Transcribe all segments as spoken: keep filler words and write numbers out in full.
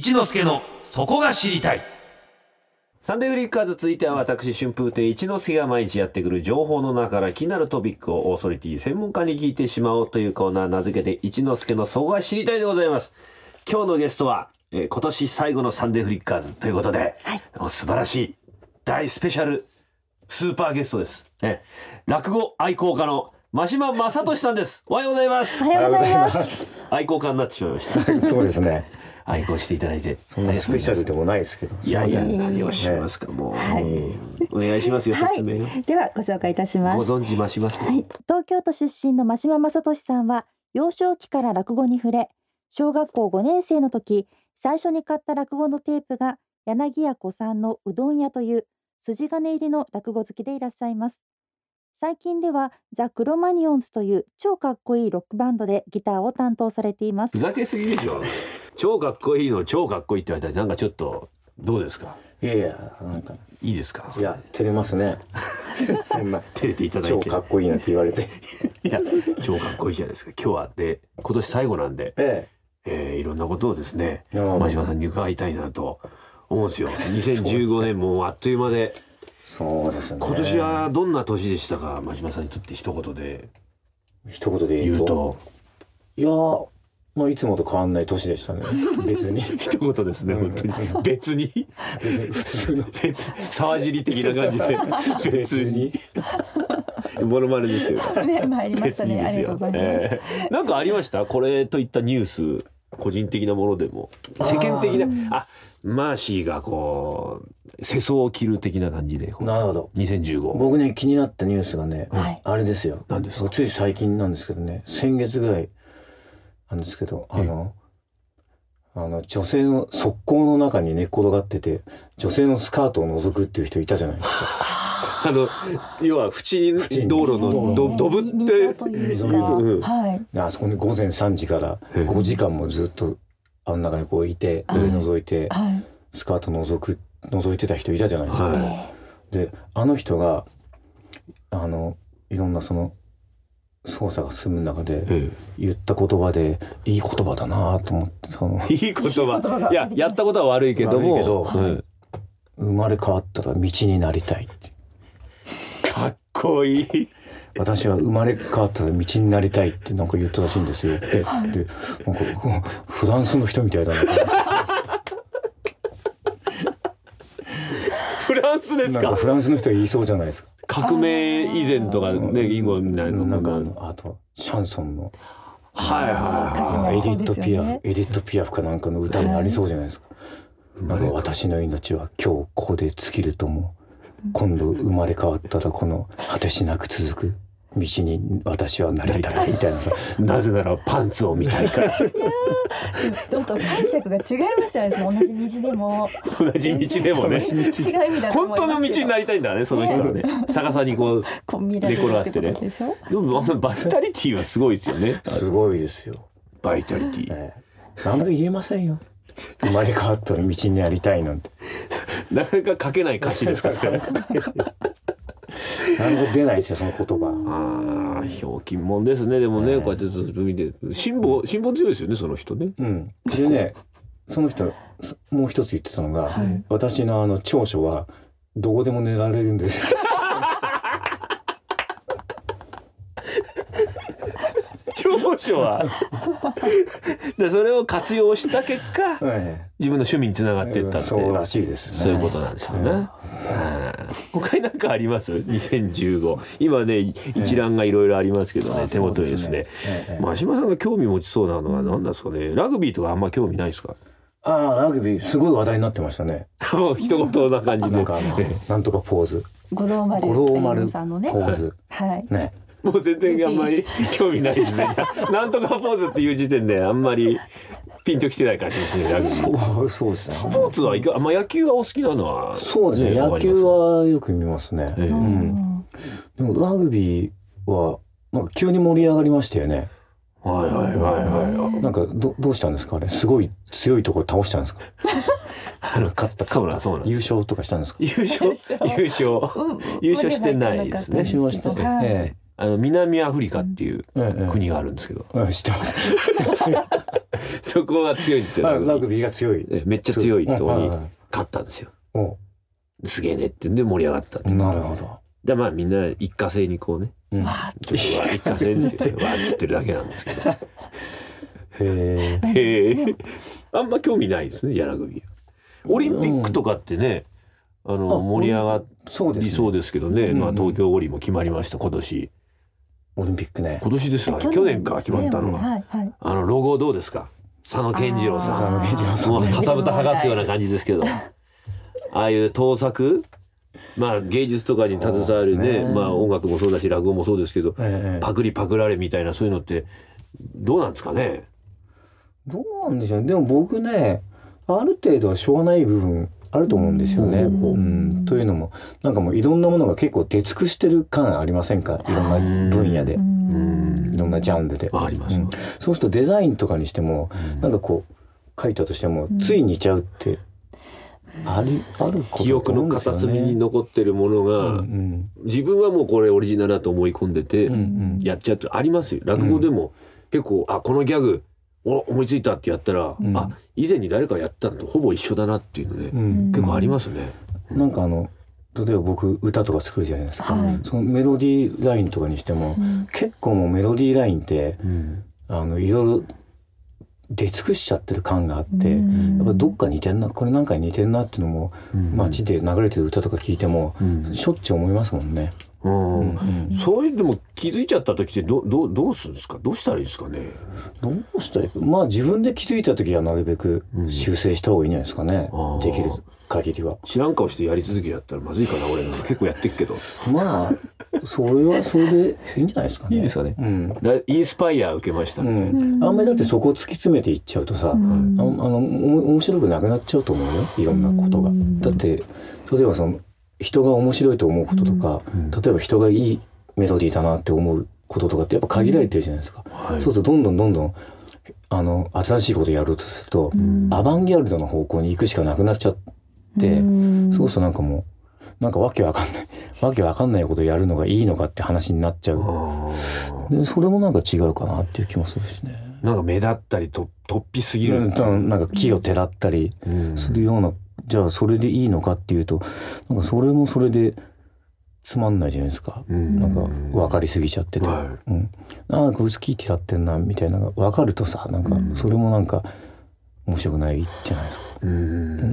一之輔のそこが知りたい。サンデーフリッカーズ、続いては私春風亭一之輔が毎日やってくる情報の中から気になるトピックをオーソリティ専門家に聞いてしまおうというコーナー、名付けて一之輔のそこが知りたいでございます。今日のゲストは、えー、今年最後のサンデーフリッカーズということで、はい、素晴らしい大スペシャルスーパーゲストです、ね、落語愛好家の真島正俊さんです。おはようございます。 おはようございます。 愛好家になってしまいましたそうですね、 愛好していただいてそんなスペシャルでもないですけど、 いやいや何をおっしゃいますか、ね、もう、はい、お願いしますよ、説明を、 はい、ではご紹介いたします。 ご存知真島さん、 はい、東京都出身の真島正俊さんは幼少期から落語に触れ、小学校ごねん生の時最初に買った落語のテープが柳家小さんのうどん屋という筋金入りの落語好きでいらっしゃいます。最近ではザ・クロマニオンズという超かっこいいロックバンドでギターを担当されています。 ふざけすぎでしょ超かっこいいの超かっこいいって言われたらなんかちょっとどうですか。 いやいや、なんかいいですか。 いや照れますねそんな照れていただいて超かっこいいなって言われていや超かっこいいじゃないですか。今日はで今年最後なんで、えええー、いろんなことをですね真島さんに伺いたいなと思うんですよ。にせんじゅうごねんもあっという間で、 そうですね、 今年はどんな年でしたか。真島さんにとって一言で一言で言うと、いやまあ、いつもと変わんない年でしたね別に一言ですね本当に別に別に普通の別沢尻的な感じで別にモノマネですよね、参りましたね。ありがとうございます、えー、なんかありましたこれといったニュース、個人的なものでも世間的な、あ、マーシーがこう世相を切る的な感じで。 なるほど。 にせんじゅうご、 僕ね気になったニュースがね、はい、あれですよ。 何ですか。 つい最近なんですけどね、先月ぐらいなんですけど、あのあの女性の側溝の中に寝っ転がってて女性のスカートを覗くっていう人いたじゃないですかあの要は縁に道路のどどぶって溝というか、うん、はい、 あそこにごぜんさんじからごじかんもずっとあの中にこういて、上覗いて、はい、スカート覗く覗いてた人いたじゃないですか、はい、であの人があのいろんなその捜査が進む中で言った言葉でいい言葉だなと思って、そのいい言葉、いややったことは悪いけども、 悪いけど、 はい、 生まれ変わったら道になりたいって。 かっこいい。 私は生まれ変わったら道になりたいってなんか言ったらしいんですよ。で、はい、でなんかフランスの人みたいだなフランスですか。 なんかフランスの人が言いそうじゃないですか。 革命以前とかね、以後みたいななんかあとシャンソンのはいはいはい、エディットピアフ、エディットピアフかなんかの歌にありそうじゃないですか。はい、なんか私の命は今日ここで尽きるとも、今度生まれ変わったらこの果てしなく続く道に私はなりたいみたいなさなぜならパンツを見たいからちょっと解釈が違いますよね。同じ道でも同じ道でもね全然違う意味だと思いますけど、 本当の道になりたいんだねその人はね、逆さにこう寝転がってね。でもあのバイタリティはすごいですよね。 すごいですよバイタリティ、 ええ、なんだか言えませんよ生まれ変わったら道になりたいなんてなかなか書けない歌詞ですから何も出ないですよその言葉。 ああ、ひょうきんもんですね。でもね、えー、こうやってずっと見て辛抱辛抱強いですよねその人ね。 うん。でねその人もう一つ言ってたのが、はい、私のあの長所はどこでも寝られるんです長所はでそれを活用した結果、はい、自分の趣味につながっていったって、 そうらしいですね。 そういうことなんですよね。はい、他に何かあります？にせんじゅうご今ね一覧がいろいろありますけどね、手元にですね、真島さんが興味持ちそうなのは何ですかね。ラグビーとかあんま興味ないですか？ ああ、ラグビーすごい話題になってましたねもう一言な感じでなんかあのなんとかポーズ、 五郎丸五郎丸さんのねポーズ、 はいね、 もう全然あんまり興味ないですねなんとかポーズっていう時点であんまりピンときてない感じですね。ラグビーそう、そうですね。 スポーツはいか、まあ、野球はお好きなのは、ね、 そうですね。野球はよく見ますね、 えーうん、でもラグビーはなんか急に盛り上がりましたよね。 はいはいはいはい。 なんか ど, どうしたんですかね。すごい強いところ倒したんですかあの勝ったそうなんそうなん優勝とかしたんですか。 優勝優勝、うん、優勝してないですね。 優勝してね、はい、 えー、あの南アフリカっていう国があるんですけど、 うんうん、知ってます知ってますそこは強いんですよ。 ラグビーが強い、 めっちゃ強いとこに勝ったんですよ。 おすげえねってんで盛り上がったって。 なるほど。 でまあみんな一過性にこうね、うん、ちょっと一過性ですよ。わーって言ってるだけなんですけど。へえ。あんま興味ないですね、じゃラグビー。オリンピックとかってね、あの盛り上がりそうですけどね。まあ東京オリも決まりました今年。 オリンピックね。 今年ですよ。去年か決まったのが。あのロゴどうですか。佐野健次郎さん。佐野健次郎さん。もうかさぶた剥がすような感じですけど。ああいう盗作。まあ芸術とかに携わるね、まあ音楽もそうだし落語もそうですけど、パクリパクられみたいなそういうのってどうなんですかね。 どうなんでしょうね。でも僕ね、ある程度はしょうがない部分あると思うんですよね。うんうん、というのもなんかもういろんなものが結構出尽くしてる感ありませんか。いろんな分野で、いろんなジャンルで。 あります、うん。 そうするとデザインとかにしても、なんかこう書いたとしてもつい似ちゃうって。ありあること記憶の片隅に残ってるものが、うんうん、自分はもうこれオリジナルだと思い込んでてやっちゃうってありますよ。落語でも結構、あこのギャグお思いついたってやったら、うん、あ以前に誰かやったのとほぼ一緒だなっていうのね、うん、結構ありますね。 なんかあの例えば僕歌とか作るじゃないですか、はい、そのメロディーラインとかにしても、うん、結構もうメロディーラインって、うん、あのいろいろ出尽くしちゃってる感があって、やっぱどっか似てんなこれなんか似てんなっていうのも、うん、街で流れてる歌とか聞いても、うん、しょっちゅう思いますもんね。 うんうん、そういうでも気づいちゃった時ってどどどうするんですか。どうしたらいいですかね。 どうしたらいいか。まあ自分で気づいた時はなるべく修正した方がいいんじゃないですかね、うん、できる限りは。 知らん顔してやり続けやったらまずいかな。俺結構やってっけどまあそれはそれでいいんじゃないですかね。 いいですかね、うん、だインスパイア受けましたみたいな、うん、 あんまりだってそこを突き詰めていっちゃうとさ、うん、ああの面白くなくなっちゃうと思うよ。いろんなことが、うん、だって例えばその人が面白いと思うこととか、うん、例えば人がいいメロディーだなって思うこととかってやっぱ限られてるじゃないですか、はい、そうするとどんどんどんどんあの新しいことやろうとすると、うん、アバンギャルドの方向に行くしかなくなっちゃって、うん、そうするとなんかもうなんかわけわかんないわけわかんないことやるのがいいのかって話になっちゃう。でそれもなんか違うかなっていう気もするしね。 なんか目立ったりと突飛すぎる、 うん、なんか木をてらったりするような、うん、じゃあそれでいいのかっていうとなんかそれもそれでつまんないじゃないですか、うん、なんか分かりすぎちゃってて、はいうん、ああこいつ木嫌ってんなみたいなのが分かるとさなんかそれもなんか面白くないじゃないですか、うん、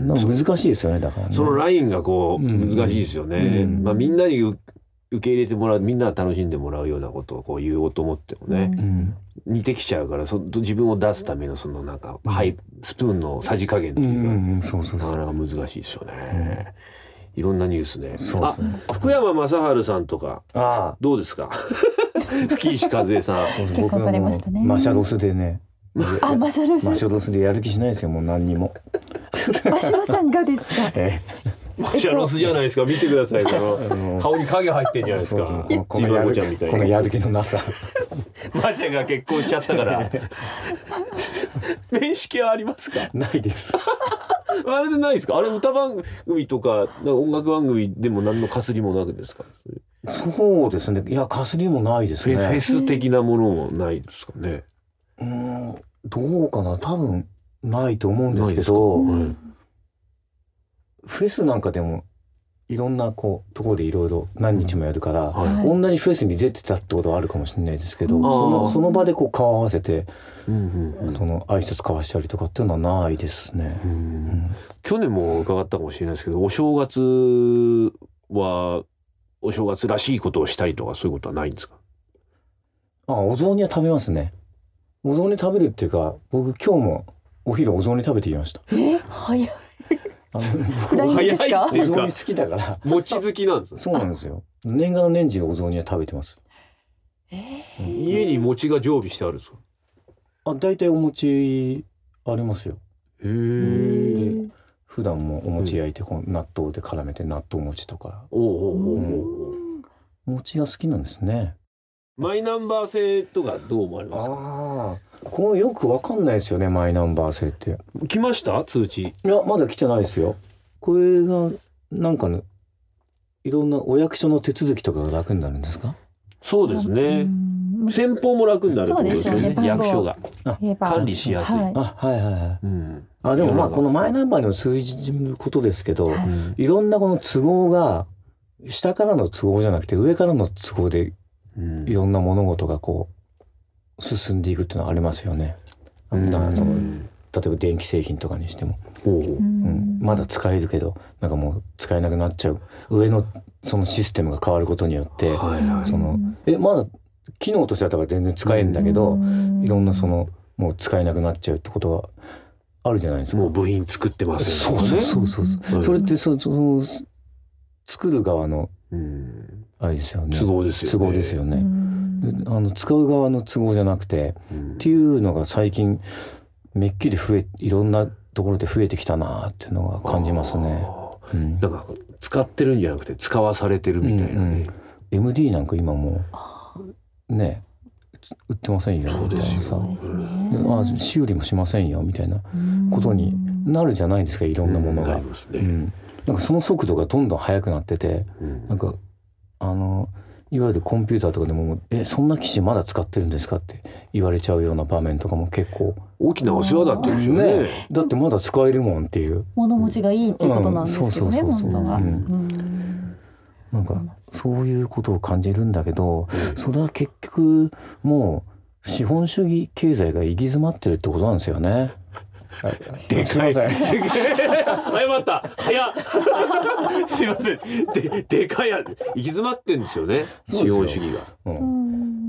なんか難しいですよね。だからねそのラインがこう難しいですよね、うんまあ、みんなに受け入れてもらうみんな楽しんでもらうようなことをこう言おうと思ってもね、うん、似てきちゃうからそ自分を出すためのそのなんか、うん、ハイスプーンのさじ加減というか、うんうん、そうそうそうなかなか難しいですよね、うん、いろんなニュースね。そうですね。あ福山雅治さんとかあどうですか吹石和恵さん結婚されましたね。 マシャロスでねあマシャロスマシャロスでやる気しないですよもう何にもマシマさんがですか、 えマシャロスじゃないですか。見てくださいこの顔に影入ってんじゃないですか。 そうそうこのやる気このやる気のなさマシャが結婚しちゃったから面識はありますか。 ないですあれでないですか。あれ歌番組とか音楽番組でも何のかすりもなくですか。 そうですね。いやかすりもないですね。 フェス的なものもないですかね。 うーんどうかな。多分ないと思うんですけど、うん、フェスなんかでもいろんなこうところでいろいろ何日もやるから、はい、同じフェスに出てたってことはあるかもしれないですけど、うん、そのその場でこう顔合わせて、うんうんうん、その挨拶交わしたりとかっていうのはないですね、うんうん、 去年も伺ったかもしれないですけどお正月はお正月らしいことをしたりとかそういうことはないんですか。 あお雑煮は食べますね。お雑煮食べるっていうか僕今日もお昼お雑煮食べてきました。 え早いあの早いっていうかお雑煮好きだから餅好きなんです。 そうなんですよ。年がら年中お雑煮は食べてます。 えー、家に餅が常備してあるんですか。 あだいたいお餅ありますよ。 へー。 で普段もお餅焼いてこう納豆で絡めて納豆餅とか。 おうおうおうおう、 うん、餅が好きなんですね。 マイナンバー制とかどう思われますか。 ああこれよくわかんないですよねマイナンバー制って。 来ました通知。 いやまだ来てないですよ。これがなんかねいろんなお役所の手続きとかが楽になるんですか。 そうですね。 先方も楽になるってことですよね。 そうですよね、 役所が管理しやすい。 はい、 あ、はいはいはい。 うん、 あ、でもまあこのマイナンバーにも通じることですけど、はい、いろんなこの都合が下からの都合じゃなくて上からの都合でいろんな物事がこう進んでいくっていうのはありますよね。うん、だからその例えば電気製品とかにしても、うん、まだ使えるけどなんかもう使えなくなっちゃう、上のそのシステムが変わることによって、はいはい、そのえまだ機能としてはだから全然使えるんだけど、いろんなそのもう使えなくなっちゃうってことがあるじゃないですか。 もう部品作ってますよね。 そうそうそうそう、うん、それってそその作る側の、うん、あれですよね、 都合ですよね。 都合ですよね。あの使う側の都合じゃなくて、うん、っていうのが最近めっきり増えいろんなところで増えてきたなっていうのが感じますね。 うん、なんか使ってるんじゃなくて使わされてるみたいなね。うんうん、 エムディー なんか今もうね売ってませんよみたいなさ、あ修理もしませんよみたいなことになるじゃないですか、いろんなものが。うん、うん、なんかその速度がどんどん速くなってて、うん、なんかあのいわゆるコンピューターとかでもえそんな機種まだ使ってるんですかって言われちゃうような場面とかも結構大きなお世話だってですよ ね, ねだってまだ使えるもんっていう物持ちがいいっていうことなんですけどね、本当は。 なんかそういうことを感じるんだけど、それは結局もう資本主義経済が行き詰まってるってことなんですよね。 でかい。謝った。早っ。すいません。で、でかいや。行き詰まってんですよね。資本主義が。 うん、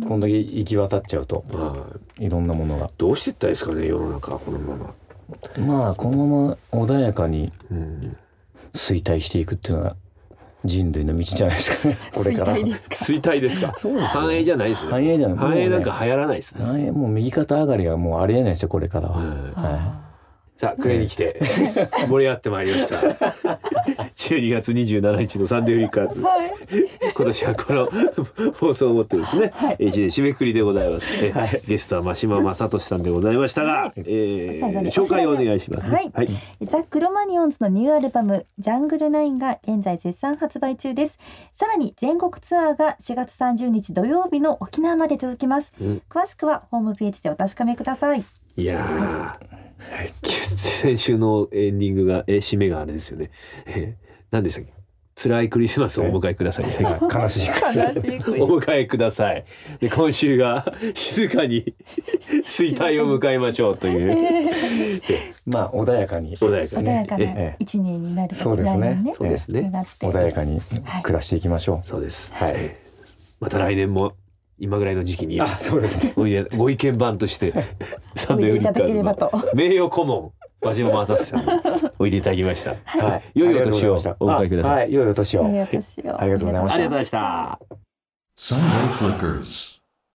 こんだけ行き渡っちゃうと、いろんなものが。 どうしていったらいいですかね、世の中このまま。 まあこのまま穏やかに衰退していくっていうのが人類の道じゃないですかね。これから衰退ですか。 衰退ですか。そうです。繁栄じゃないですね。 繁栄じゃない。 繁栄なんか流行らないですね。 繁栄もう右肩上がりはもうありえないですよこれからは。はい。 さあ暮れに来て盛り上がってまいりました。じゅうにがつにじゅうしちにちのサンデーフリッカーズ、はい、今年はこの放送をもってですね、はい、いちねん締めくくりでございます、はい、ゲストは真島正俊さんでございましたが、はい、えー、紹介をお願いします、ね。 はいはい、ザ・クロマニオンズのニューアルバムジャングルナインが現在絶賛発売中です。さらに全国ツアーがしがつさんじゅうにち土曜日の沖縄まで続きます、うん、詳しくはホームページでお確かめください。 いやー、はい、先週のエンディングが、えー、締めがあれですよね、えー、何でしたっけ、辛いクリスマスをお迎えください、 はい、悲しいお迎えください。で今週が静かに衰退を迎えましょうという、 えー、まあ穏やかに穏やかに、 ね、穏やかな一年になるそうですね、 ね、 そうですね、 穏やかに暮らしていきましょう、はい、 そうです、はい、また来年も今ぐらいの時期に、 あ、そうですね、 ご意見番としてサンデーフリッカーズの名誉顧問真島正俊さんにおいでいただきました。はい、良いお年をお迎えください。 はい、良いお年を。 良いお年を。 ありがとうございました。 ありがとうございました。 Sunday Flickers